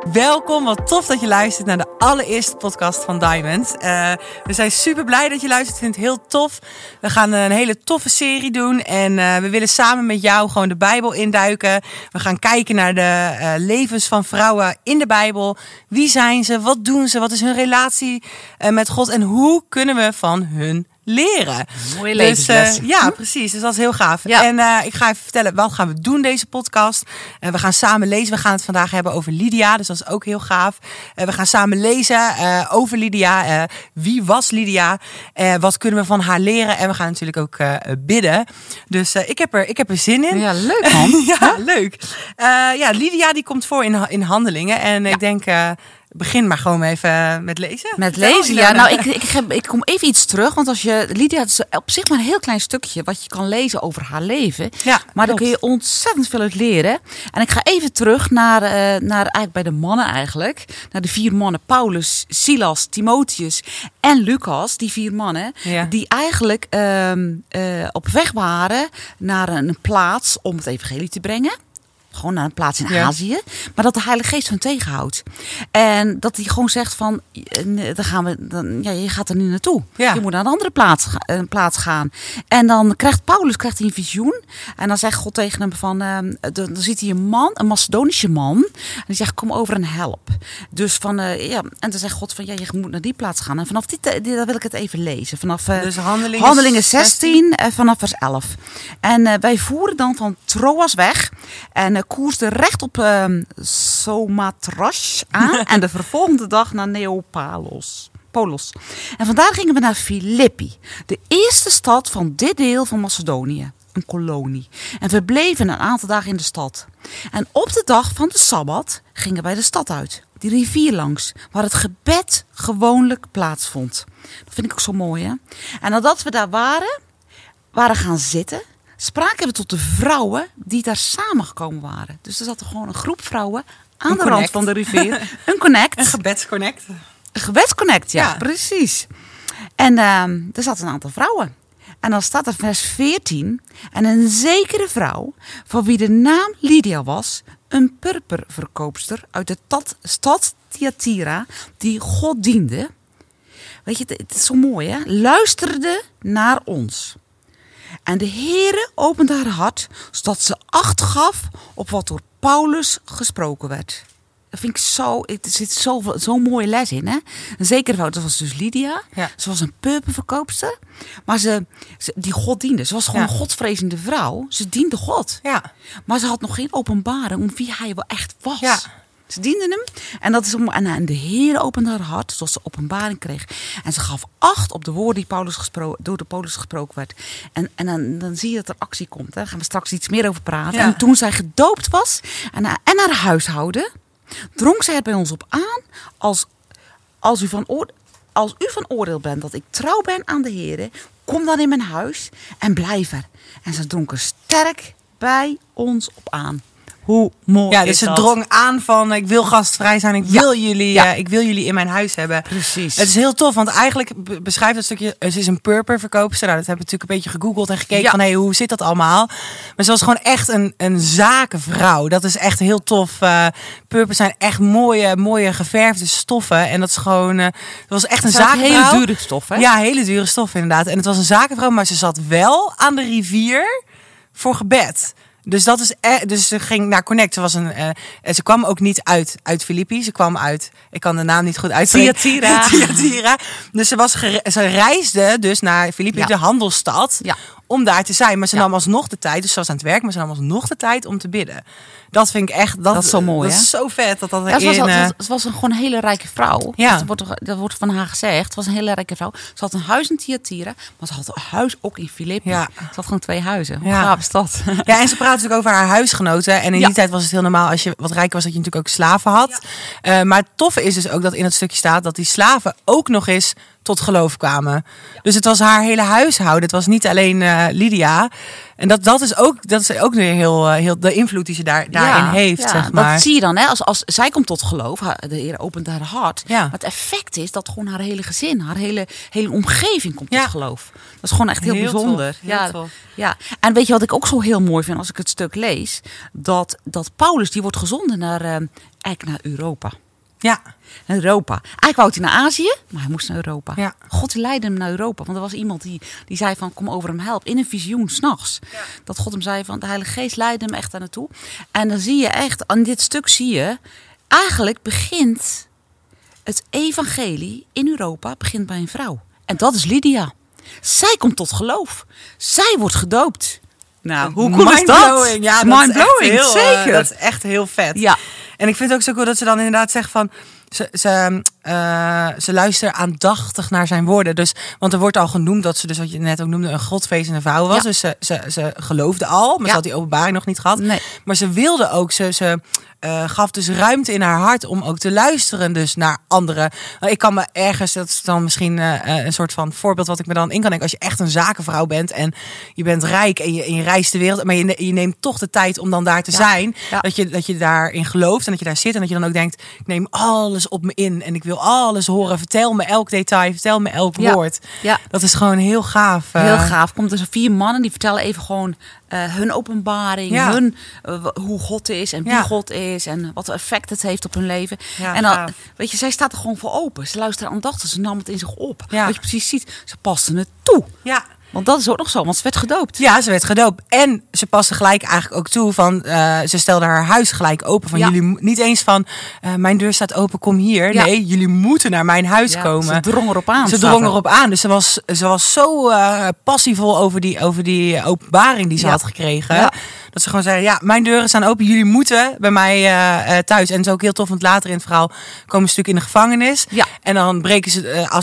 Welkom, wat tof dat je luistert naar de allereerste podcast van Diamond. We zijn super blij dat je luistert, ik vind het heel tof. We gaan een hele toffe serie doen en we willen samen met jou gewoon de Bijbel induiken. We gaan kijken naar de levens van vrouwen in de Bijbel. Wie zijn ze, wat doen ze, wat is hun relatie met God en hoe kunnen we van hun leren. Mooie levensles. Ja, precies. Dus dat is heel gaaf. Ja. En ik ga even vertellen, wat gaan we doen deze podcast? We gaan samen lezen. We gaan het vandaag hebben over Lydia. Dus dat is ook heel gaaf. We gaan samen lezen over Lydia. Wie was Lydia? Wat kunnen we van haar leren? En we gaan natuurlijk ook bidden. Dus ik heb er zin in. Ja, leuk man. Ja, leuk. Lydia die komt voor in Handelingen. En ik denk... begin maar gewoon even met lezen. Met lezen, ja. Nou, ik kom even iets terug. Want als je Lydia, het is op zich maar een heel klein stukje wat je kan lezen over haar leven. Ja, maar daar kun je ontzettend veel uit leren. En ik ga even terug naar eigenlijk bij de mannen eigenlijk. Naar de 4 mannen. Paulus, Silas, Timotheus en Lucas. Die 4 mannen. Ja. Die eigenlijk op weg waren naar een plaats om het evangelie te brengen. Gewoon naar een plaats in Azië. Maar dat de Heilige Geest hun tegenhoudt. En dat hij gewoon zegt van... je gaat er nu naartoe. Ja. Je moet naar een andere plaats gaan. En dan krijgt Paulus een visioen. En dan zegt God tegen hem van... dan ziet hij een Macedonische man. En die zegt, kom over en help. Dus van... en dan zegt God van... je moet naar die plaats gaan. En vanaf daar wil ik het even lezen. Vanaf dus Handelingen 16, vanaf vers 11. En wij voeren dan van Troas weg... En koersde recht op Samothrace aan. En de vervolgende dag naar Neapolis. En vandaar gingen we naar Filippi. De eerste stad van dit deel van Macedonië. Een kolonie. En we bleven een aantal dagen in de stad. En op de dag van de Sabbat gingen wij de stad uit. Die rivier langs. Waar het gebed gewoonlijk plaatsvond. Dat vind ik ook zo mooi, hè. En nadat we daar waren gaan zitten... spraken we tot de vrouwen die daar samengekomen waren. Dus er zat er gewoon een groep vrouwen aan de rand van de rivier. Een connect. Een gebedsconnect. Een gebedsconnect, ja, precies. En er zaten een aantal vrouwen. En dan staat er vers 14. En een zekere vrouw, van wie de naam Lydia was... een purperverkoopster uit de stad Thyatira, die God diende. Weet je, het is zo mooi, hè? Luisterde naar ons. En de Heere opende haar hart, zodat ze acht gaf op wat door Paulus gesproken werd. Dat vind ik zo, er zit zo'n mooie les in, hè? Een zekere vrouw, dat was dus Lydia. Ja. Ze was een purperverkoopster, maar ze die God diende. Ze was gewoon een godsvrezende vrouw. Ze diende God. Ja. Maar ze had nog geen openbaring om wie hij wel echt was. Ja. Ze dienden hem. En dat is en de Heer opende haar hart, zodat ze openbaring kreeg. En ze gaf acht op de woorden die door de Paulus gesproken werd. En dan zie je dat er actie komt. Hè. Daar gaan we straks iets meer over praten. Ja. En toen zij gedoopt was en haar huishouden, drong zij er bij ons op aan. Als u van oordeel bent dat ik trouw ben aan de Heer, kom dan in mijn huis en blijf er. En ze drong er sterk bij ons op aan. Hoe mooi ja, dus ze drong aan van ik wil gastvrij zijn, ik wil jullie in mijn huis hebben. Precies. Het is heel tof, want eigenlijk beschrijft dat stukje, ze is een purperverkoopster. Nou, dat hebben we natuurlijk een beetje gegoogeld en gekeken van hoe zit dat allemaal. Maar ze was gewoon echt een zakenvrouw. Dat is echt heel tof. Purper zijn echt mooie geverfde stoffen. En dat is gewoon, het was echt een zakenvrouw. Hele dure stof, hè? Ja, hele dure stof inderdaad. En het was een zakenvrouw, maar ze zat wel aan de rivier voor gebed. Dus dat is dus ze ging naar Connect. Ze kwam ook niet uit Filippi. Ze kwam uit, ik kan de naam niet goed uitspreken. Thyatira. Dus ze reisde dus naar Filippi, de handelsstad, om daar te zijn. Maar ze nam alsnog de tijd. Dus ze was aan het werk, maar ze nam alsnog de tijd om te bidden. Dat vind ik echt, dat is zo mooi. Dat is zo vet dat het was gewoon een hele rijke vrouw. Ja. Dat wordt van haar gezegd. Het was een hele rijke vrouw. Ze had een huis in Thyatira, maar ze had een huis ook in Filippi. Ja. Ze had gewoon 2 huizen. Hoe gaaf is dat? Ja, en ze praat natuurlijk over haar huisgenoten. En in die tijd was het heel normaal als je wat rijker was dat je natuurlijk ook slaven had. Ja. Maar het toffe is dus ook dat in het stukje staat dat die slaven ook nog eens tot geloof kwamen. Dus het was haar hele huishouden. Het was niet alleen Lydia. En dat is ook weer heel de invloed die ze daarin heeft, zeg maar. Dat zie je dan, hè? Als zij komt tot geloof, de Heer opent haar hart. Ja. Maar het effect is dat gewoon haar hele gezin, haar hele omgeving komt tot geloof. Dat is gewoon echt heel bijzonder. Heel tof. Ja. En weet je wat ik ook zo heel mooi vind als ik het stuk lees? Dat Paulus, die wordt gezonden naar Europa. Ja. Naar Europa. Eigenlijk wou hij naar Azië, maar hij moest naar Europa. Ja. God die leidde hem naar Europa. Want er was iemand die zei van, kom over hem help. In een visioen, 's nachts. Ja. Dat God hem zei van, de Heilige Geest leidde hem echt daar naartoe. En dan zie je echt, aan dit stuk zie je, eigenlijk begint het evangelie in Europa begint bij een vrouw. En dat is Lydia. Zij komt tot geloof. Zij wordt gedoopt. Nou, hoe cool is dat? Ja, mindblowing, zeker. Dat is echt heel vet. Ja. En ik vind het ook zo cool dat ze dan inderdaad zegt van... Ze luisteren aandachtig naar zijn woorden. Dus, want er wordt al genoemd dat ze, dus wat je net ook noemde, een godvrezende vrouw was. Ja. Dus ze geloofde al, maar ze had die openbaring nog niet gehad. Nee. Maar ze wilde ook, ze gaf dus ruimte in haar hart om ook te luisteren dus naar anderen. Ik kan me ergens, dat is dan misschien een soort van voorbeeld wat ik me dan in kan denken. Als je echt een zakenvrouw bent en je bent rijk en je reist de wereld, maar je neemt toch de tijd om dan daar te zijn. Ja. Dat je daarin gelooft en dat je daar zit en dat je dan ook denkt, ik neem alles op me in en ik wil alles horen. Vertel me elk detail, vertel me elk woord. Ja. Dat is gewoon heel gaaf. Heel gaaf. Komt dus 4 mannen die vertellen even gewoon hun openbaring, hoe God is en wie God is en wat effect het heeft op hun leven. Ja, en dan, weet je, zij staat er gewoon voor open. Ze luisteren aandachtig, ze nam het in zich op. Ja. Wat je precies ziet, ze paste het toe. Ja. Want dat is ook nog zo, want ze werd gedoopt. Ja, ze werd gedoopt. En ze paste gelijk eigenlijk ook toe van... ze stelde haar huis gelijk open. Van jullie niet eens van... mijn deur staat open, kom hier. Ja. Nee, jullie moeten naar mijn huis komen. Ze drong erop aan. Ze drong erop aan. Dus ze was zo passievol over die openbaring die ze had gekregen. Ja. Dat ze gewoon zei, ja, mijn deuren staan open. Jullie moeten bij mij thuis. En het is ook heel tof, want later in het verhaal komen ze natuurlijk in de gevangenis. Ja. En dan breken ze, als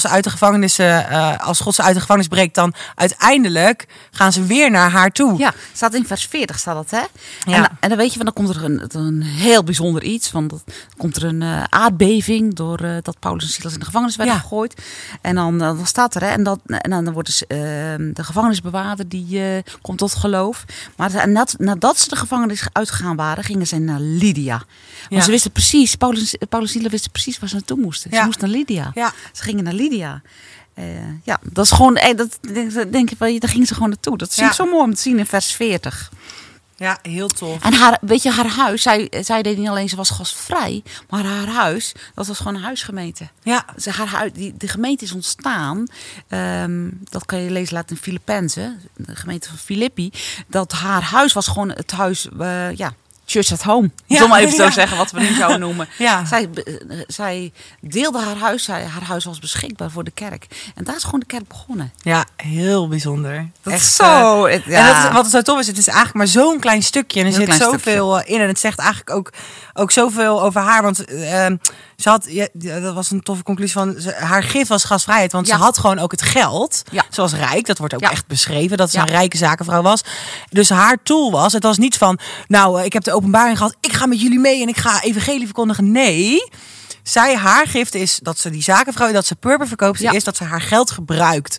God ze uit de gevangenis breekt, dan uiteindelijk gaan ze weer naar haar toe. Ja, staat in vers 40 staat dat, hè? Ja. En dan weet je, dan komt er een heel bijzonder iets. Want dan komt er een aardbeving doordat Paulus en Silas in de gevangenis werden gegooid. En dan staat er, hè? En dan wordt dus de gevangenisbewaarder die komt tot geloof. Maar nadat ze de gevangenis uitgegaan waren, gingen ze naar Lydia. Want ze wisten precies, Paulus en Silas wisten precies waar ze naartoe moesten. Ze moesten naar Lydia. Ja. Ze gingen naar Lydia. Dat is gewoon, dat denk ik wel, daar gingen ze gewoon naartoe. Dat vind ik zo mooi om te zien in vers 40. Ja, heel tof. En haar huis, zij deed niet alleen, ze was gastvrij, maar haar huis, dat was gewoon een huisgemeente. Ja. De gemeente is ontstaan, dat kan je lezen laten in Filippenzen, de gemeente van Filippi, dat haar huis was gewoon het huis, church at home. Om maar even zo zeggen wat we nu zouden noemen. Ja. Zij deelde haar huis. Haar huis was beschikbaar voor de kerk. En daar is gewoon de kerk begonnen. Ja, heel bijzonder. Dat echt zo. En wat zo tof is, het is eigenlijk maar zo'n klein stukje. En er zit zoveel in. En het zegt eigenlijk ook zoveel over haar. Want ze had, dat was een toffe conclusie van, haar gift was gastvrijheid. Want ze had gewoon ook het geld. Ja. Ze was rijk. Dat wordt ook echt beschreven. Dat ze een rijke zakenvrouw was. Dus haar tool was, het was niet van, nou, ik heb de openbaring gehad, ik ga met jullie mee en ik ga evangelie verkondigen. Nee, haar gift is dat ze die zakenvrouw, dat ze purper verkoopt, is dat ze haar geld gebruikt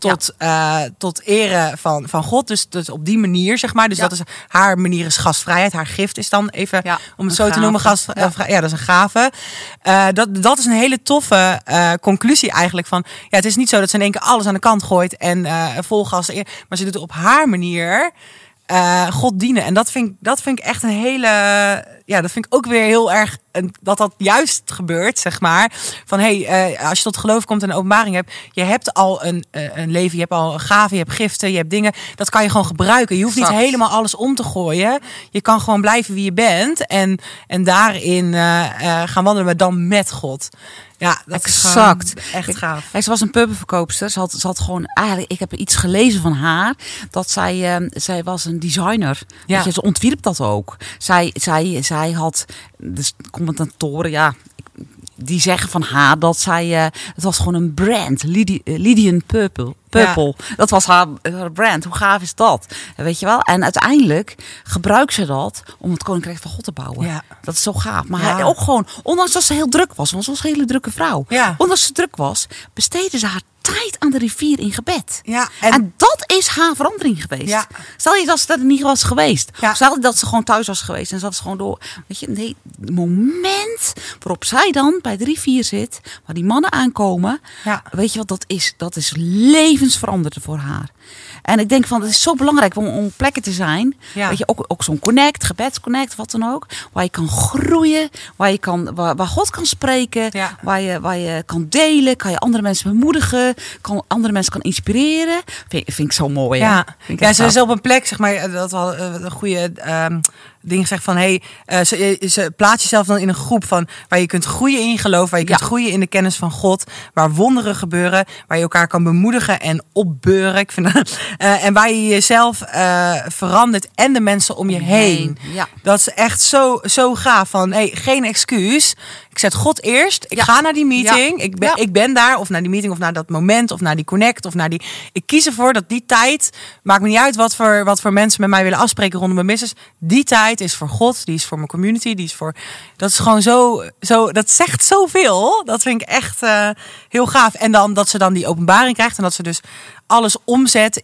tot ere van God. Dus op die manier, zeg maar. Dus dat is haar manier, is gastvrijheid. Haar gift is dan even, om het zo te noemen, gastvrijheid. Ja, dat is een gave. Dat is een hele toffe conclusie eigenlijk van, het is niet zo dat ze in één keer alles aan de kant gooit en vol gas, maar ze doet het op haar manier. God dienen. En dat vind ik echt een hele... Ja, dat vind ik ook weer heel erg... Dat juist gebeurt, zeg maar. Van, als je tot geloof komt en een openbaring hebt... Je hebt al een leven, je hebt al een gave, je hebt giften, je hebt dingen. Dat kan je gewoon gebruiken. Je hoeft niet helemaal alles om te gooien. Je kan gewoon blijven wie je bent. En daarin gaan wandelen, maar dan met God. Ja, dat is echt gaaf. Ze was een purperverkoopster. Ze had gewoon eigenlijk, ik heb iets gelezen van haar, dat zij was een designer. Ja. Weet je, ze ontwierp dat ook. Zij had de commentatoren, die zeggen van haar dat zij, het was gewoon een brand, Lydian Purple. Ja. Dat was haar brand. Hoe gaaf is dat? Weet je wel? En uiteindelijk gebruikt ze dat om het Koninkrijk van God te bouwen. Ja. Dat is zo gaaf. Maar ook gewoon, ondanks dat ze heel druk was, want ze was een hele drukke vrouw. Ja. Ondanks ze druk was, besteedde ze haar tijd aan de rivier in gebed. Ja, en dat is haar verandering geweest. Ja. Stel je dat ze dat niet was geweest. Ja. Of stel je dat ze gewoon thuis was geweest en zat ze gewoon door. Weet je, nee, het moment waarop zij dan bij de rivier zit, waar die mannen aankomen. Ja. Weet je wat, dat is levensveranderend voor haar. En ik denk van, het is zo belangrijk om plekken te zijn. Ja. Weet je, ook zo'n connect, gebedsconnect, wat dan ook. Waar je kan groeien, waar God kan spreken. Ja. Waar je kan delen, kan je andere mensen bemoedigen. Andere mensen kan inspireren. Vind ik zo mooi. Hè? Ja, Vind ik ja, echt ze is gaaf. op een plek, zeg maar, dat wel een goede ding gezegd van, ze plaatst jezelf dan in een groep van waar je kunt groeien in je geloof, waar je kunt groeien in de kennis van God, waar wonderen gebeuren, waar je elkaar kan bemoedigen en opbeuren. Ik vind en waar je jezelf verandert en de mensen om je heen. Ja. Dat is echt zo gaaf van, geen excuus. Ik zet God eerst. Ik ga naar die meeting. Ja. Ik ben daar, of naar die meeting, of naar dat moment, of naar die connect, of naar die. Ik kies ervoor dat die tijd, maakt me niet uit wat voor mensen met mij willen afspreken rondom mijn business. Die tijd is voor God, die is voor mijn community, die is voor. Dat is gewoon zo. Dat zegt zoveel. Dat vind ik echt heel gaaf. En dan dat ze dan die openbaring krijgt en dat ze dus alles omzet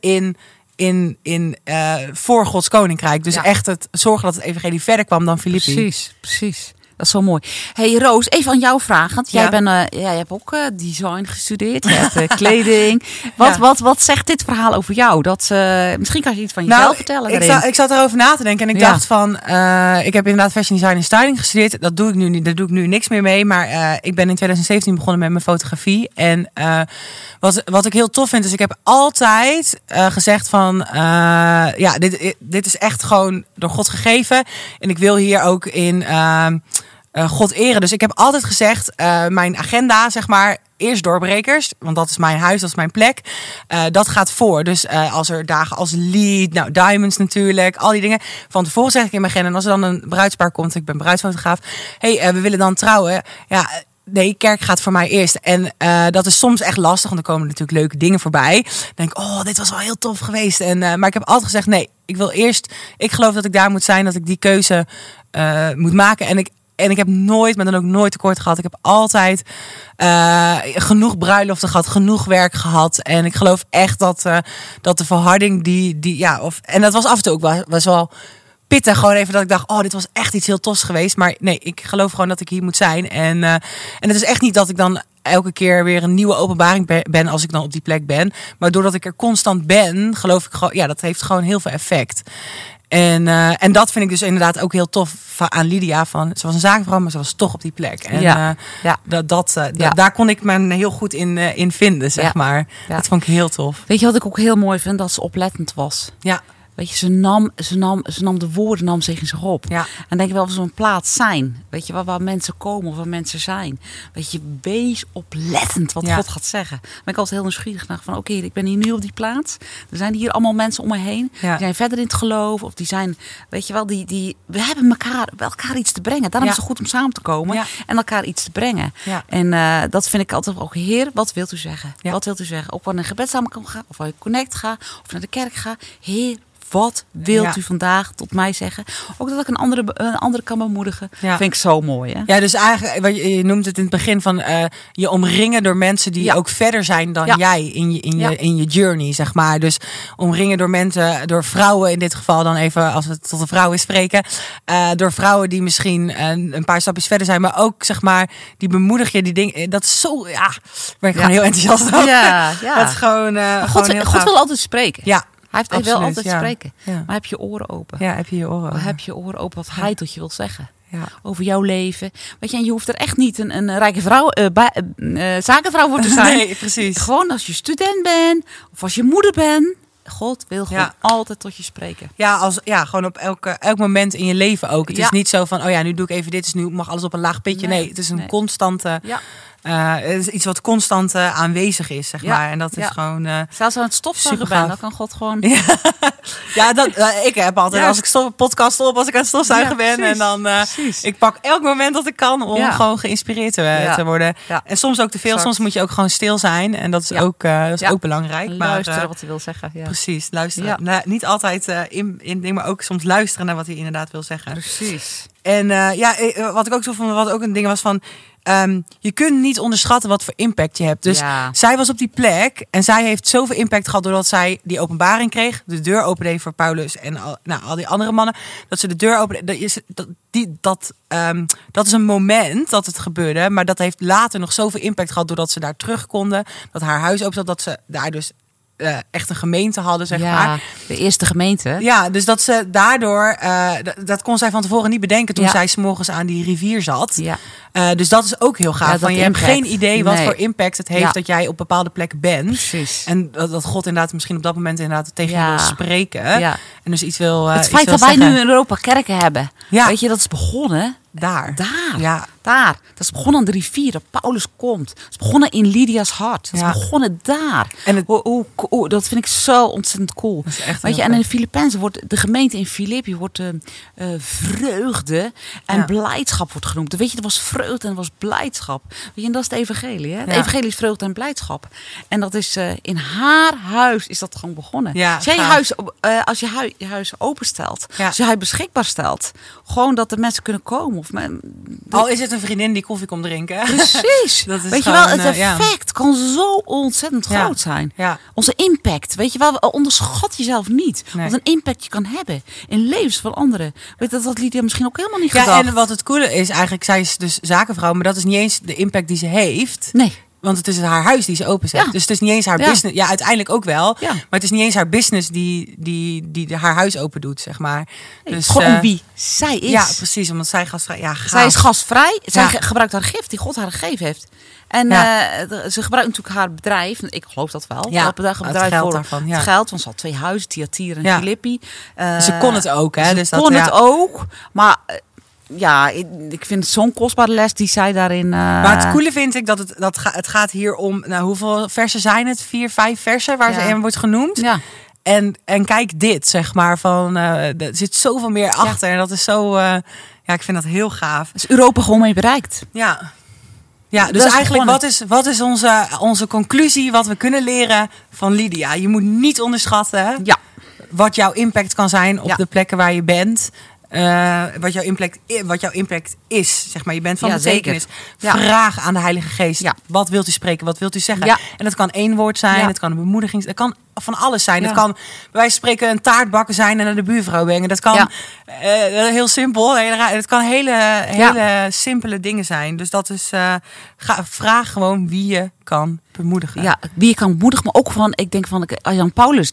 in voor Gods koninkrijk. Dus echt het zorgen dat het evangelie verder kwam dan Filippi. Precies. Dat is zo mooi. Hey Roos, even aan jou vragen. Want jij hebt ook design gestudeerd. Je hebt kleding. Wat zegt dit verhaal over jou? Misschien kan je iets van jezelf vertellen. Ik zat erover na te denken. En ik dacht van, ik heb inderdaad fashion design en styling gestudeerd. Dat doe ik nu niet. Daar doe ik nu niks meer mee. Maar ik ben in 2017 begonnen met mijn fotografie. En wat ik heel tof vind, is ik heb altijd gezegd van, dit is echt gewoon door God gegeven. En ik wil hier ook in God eren. Dus ik heb altijd gezegd, mijn agenda, zeg maar, eerst doorbrekers, want dat is mijn huis, dat is mijn plek. Dat gaat voor. Dus als er dagen als lead, diamonds natuurlijk, al die dingen. Van tevoren zeg ik in mijn agenda. En als er dan een bruidspaar komt, ik ben bruidsfotograaf. We willen dan trouwen. Ja, nee, kerk gaat voor mij eerst. En dat is soms echt lastig, want er komen natuurlijk leuke dingen voorbij. Dan denk ik, dit was wel heel tof geweest. Maar ik heb altijd gezegd, nee, ik wil eerst. Ik geloof dat ik daar moet zijn, dat ik die keuze moet maken. En ik heb nooit, maar dan ook nooit tekort gehad. Ik heb altijd genoeg bruiloften gehad, genoeg werk gehad. En ik geloof echt dat de volharding en dat was af en toe ook was wel pittig. Gewoon even dat ik dacht, dit was echt iets heel tofs geweest. Maar nee, ik geloof gewoon dat ik hier moet zijn. En het is echt niet dat ik dan elke keer weer een nieuwe openbaring ben als ik dan op die plek ben. Maar doordat ik er constant ben, geloof ik gewoon, dat heeft gewoon heel veel effect. En dat vind ik dus inderdaad ook heel tof aan Lydia. Ze was een zakenvrouw, maar ze was toch op die plek. En daar kon ik me heel goed in vinden, zeg maar. Ja. Dat vond ik heel tof. Weet je wat ik ook heel mooi vind? Dat ze oplettend was. Ja. Weet je, ze nam de woorden, nam zich in zich op. Ja. En denk je wel, of zo'n plaats zijn. Weet je, waar mensen komen of waar mensen zijn. Weet je, wees oplettend wat God gaat zeggen. Maar ik altijd heel nieuwsgierig naar van, oké, ik ben hier nu op die plaats. Er zijn hier allemaal mensen om me heen. Ja. Die zijn verder in het geloof. Of die zijn, weet je wel, we hebben elkaar iets te brengen. Daarom is het goed om samen te komen en elkaar iets te brengen. Ja. En dat vind ik altijd ook, Heer, wat wilt u zeggen? Ja. Wat wilt u zeggen? Ook wanneer een gebed samen kan gaan, of wanneer je connect ga, of naar de kerk ga. Heer, wat wilt u vandaag tot mij zeggen? Ook dat ik een andere kan bemoedigen. Ja. Vind ik zo mooi. Hè? Ja, dus eigenlijk, je noemt het in het begin van je omringen door mensen die ook verder zijn dan jij in je journey, zeg maar. Dus omringen door mensen, door vrouwen in dit geval dan even, als we het tot de vrouwen spreken. Door vrouwen die misschien een paar stapjes verder zijn, maar ook, zeg maar, die bemoedig je, die dingen. Dat is zo, daar ben ik gewoon heel enthousiast over. Ja. Dat is gewoon, God wil altijd spreken. Ja. Hij heeft wel altijd spreken. Ja. Maar heb je oren open? Ja, heb je je oren open? Heb je oren open wat hij tot je wil zeggen? Ja. Over jouw leven. Weet je, en je hoeft er echt niet een rijke vrouw, zakenvrouw voor te zijn. Nee, precies. Gewoon als je student bent of als je moeder bent. God wil gewoon altijd tot je spreken. Ja, gewoon op elk moment in je leven ook. Het is niet zo van, nu doe ik even dit, dus nu mag alles op een laag pitje. Nee, het is een constante. Ja. Het is iets wat constant aanwezig is, zeg maar. En dat is gewoon. Zelfs aan het stofzuigen ben, dan kan God gewoon. Ik heb altijd als ik podcast op, als ik aan het stofzuigen ben, precies, en dan ik pak elk moment dat ik kan om gewoon geïnspireerd te worden. Ja. En soms ook te veel. Soms moet je ook gewoon stil zijn, en dat is ook belangrijk. En luisteren wat hij wil zeggen. Ja. Precies, luisteren. Ja. Niet altijd maar ook soms luisteren naar wat hij inderdaad wil zeggen. Precies. En wat ik ook zo vond, wat ook een ding was van, je kunt niet onderschatten wat voor impact je hebt. Dus zij was op die plek en zij heeft zoveel impact gehad doordat zij die openbaring kreeg, de deur opende voor Paulus en al die andere mannen, dat ze de deur opende. Dat is een moment dat het gebeurde, maar dat heeft later nog zoveel impact gehad doordat ze daar terug konden, dat haar huis open zat, dat ze daar dus echt een gemeente hadden, zeg maar. De eerste gemeente. Ja, dus dat ze daardoor... dat kon zij van tevoren niet bedenken toen zij 's morgens aan die rivier zat. Ja. Dus dat is ook heel gaaf. Je hebt geen idee wat voor impact het heeft dat jij op bepaalde plekken bent. Precies. En dat God inderdaad misschien op dat moment inderdaad tegen je wil spreken. Ja. En dus iets wil het feit dat wij nu in Europa kerken hebben. Ja. Weet je, dat is begonnen... Daar. Ja. Daar. Dat is begonnen aan de rivier, dat Paulus komt. Dat is begonnen in Lydia's hart. Dat is begonnen daar. En dat vind ik zo ontzettend cool. Weet je, en in de Filippenzen wordt de gemeente in Filippi wordt vreugde en blijdschap wordt genoemd. Weet je, er was vreugde en er was blijdschap. Weet je, en dat is het evangelie. Hè? Het evangelie is vreugde en blijdschap. En dat is in haar huis is dat gewoon begonnen. Ja, als je huis openstelt, als je huis beschikbaar stelt, gewoon dat de mensen kunnen komen. Al is het een vriendin die koffie komt drinken. Precies. Dat is weet je wel, het effect kan zo ontzettend groot zijn. Ja. Onze impact, weet je wel, onderschat jezelf niet. Nee. Wat een impact je kan hebben in levens van anderen. Weet je, dat had Lydia misschien ook helemaal niet gedacht. En wat het coole is eigenlijk, zij is dus zakenvrouw, maar dat is niet eens de impact die ze heeft. Nee. Want het is haar huis die ze openzet. Ja. Dus het is niet eens haar business. Ja, uiteindelijk ook wel. Ja. Maar het is niet eens haar business die haar huis open doet, zeg maar. Nee, dus, gewoon wie zij is. Ja, precies. Omdat zij gastvrij... zij is gastvrij. Zij gebruikt haar gift die God haar gegeven heeft. En ze gebruikt natuurlijk haar bedrijf. Ik geloof dat wel. Ja, het bedrijf geld daarvan. Ja. Het geld. Want ze had 2 huizen. Thyatira en Filippi. Ze kon het ook. Hè? Dus kon het ook. Maar... Ja, ik vind het zo'n kostbare les die zij daarin... Maar het coole vind ik dat het gaat hier om... Nou, hoeveel versen zijn het? 4, 5 versen waar ze in wordt genoemd. Ja. En kijk dit, zeg maar. Er zit zoveel meer achter. En dat is zo... ik vind dat heel gaaf. Is Europa gewoon mee bereikt. Ja. Ja, dus eigenlijk wat is onze conclusie? Wat we kunnen leren van Lydia? Je moet niet onderschatten wat jouw impact kan zijn op de plekken waar je bent. Wat jouw impact is, zeg maar. Je bent van betekenis. Vraag aan de Heilige Geest. Ja. Wat wilt u spreken? Wat wilt u zeggen? Ja. En dat kan 1 woord zijn. Het kan een bemoediging. Het kan van alles zijn. Het kan bij wijze van spreken een taart bakken zijn en naar de buurvrouw brengen. Dat kan heel simpel. Het kan hele simpele dingen zijn. Dus dat is vraag gewoon wie je kan bemoedigen. Ja, wie je kan bemoedigen, maar ook van, ik denk van Jan Paulus,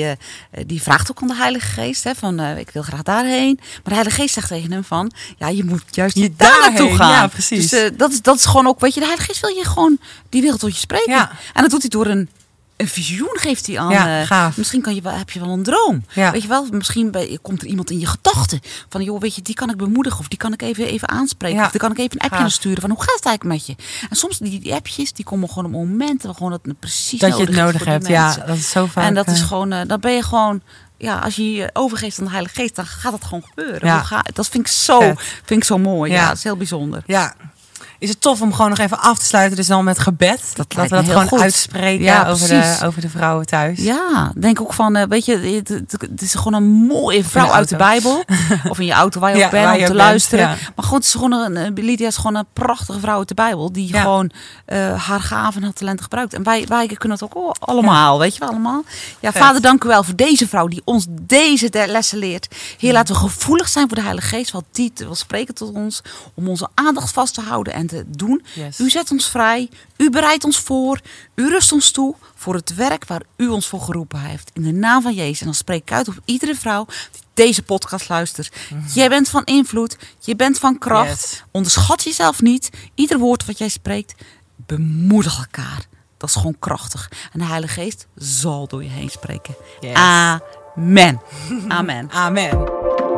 die vraagt ook aan de Heilige Geest, hè, van ik wil graag daarheen. Maar de Heilige Geest zegt tegen hem van, je moet juist daar naartoe gaan. Ja, precies. Dus dat is gewoon ook, weet je, de Heilige Geest wil je gewoon, die wil tot je spreken. Ja. En dat doet hij door een visioen geeft hij aan. Ja, gaaf. Misschien heb je wel een droom. Ja. Weet je wel, misschien komt er iemand in je gedachten van, joh, weet je, die kan ik bemoedigen of die kan ik even aanspreken of die kan ik even een appje sturen van hoe gaat het eigenlijk met je? En soms die appjes die komen gewoon op momenten gewoon dat het precies dat je het nodig hebt. Ja, dat is zo vaak. En dat is gewoon, dan ben je gewoon. Ja, als je je overgeeft aan de Heilige Geest, dan gaat het gewoon gebeuren. Ja. Dat vind ik zo mooi. Ja, dat is heel bijzonder. Ja. Is het tof om gewoon nog even af te sluiten, dus dan met gebed? Dat we dat gewoon goed uitspreken over de vrouwen thuis. Ja, denk ook van, weet je, het is gewoon een mooie vrouw uit de Bijbel. Of in je auto waar je ook bent om te luisteren. Ja. Maar gewoon, het is gewoon Lydia is gewoon een prachtige vrouw uit de Bijbel. Die gewoon haar gaven en haar talenten gebruikt. En wij kunnen het ook allemaal, weet je wel, allemaal. Ja, Vader, dank u wel voor deze vrouw die ons deze lessen leert. Heer, laten we gevoelig zijn voor de Heilige Geest. Want die wil spreken tot ons. Om onze aandacht vast te houden en te doen. Yes. U zet ons vrij. U bereidt ons voor. U rust ons toe voor het werk waar u ons voor geroepen heeft. In de naam van Jezus. En dan spreek ik uit op iedere vrouw die deze podcast luistert. Mm-hmm. Jij bent van invloed. Je bent van kracht. Yes. Onderschat jezelf niet. Ieder woord wat jij spreekt, bemoedig elkaar. Dat is gewoon krachtig. En de Heilige Geest zal door je heen spreken. Yes. Amen. Amen. Amen.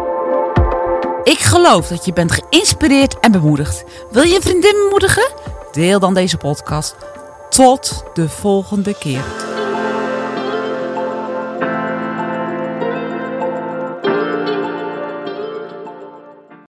Ik geloof dat je bent geïnspireerd en bemoedigd. Wil je een vriendin bemoedigen? Deel dan deze podcast. Tot de volgende keer.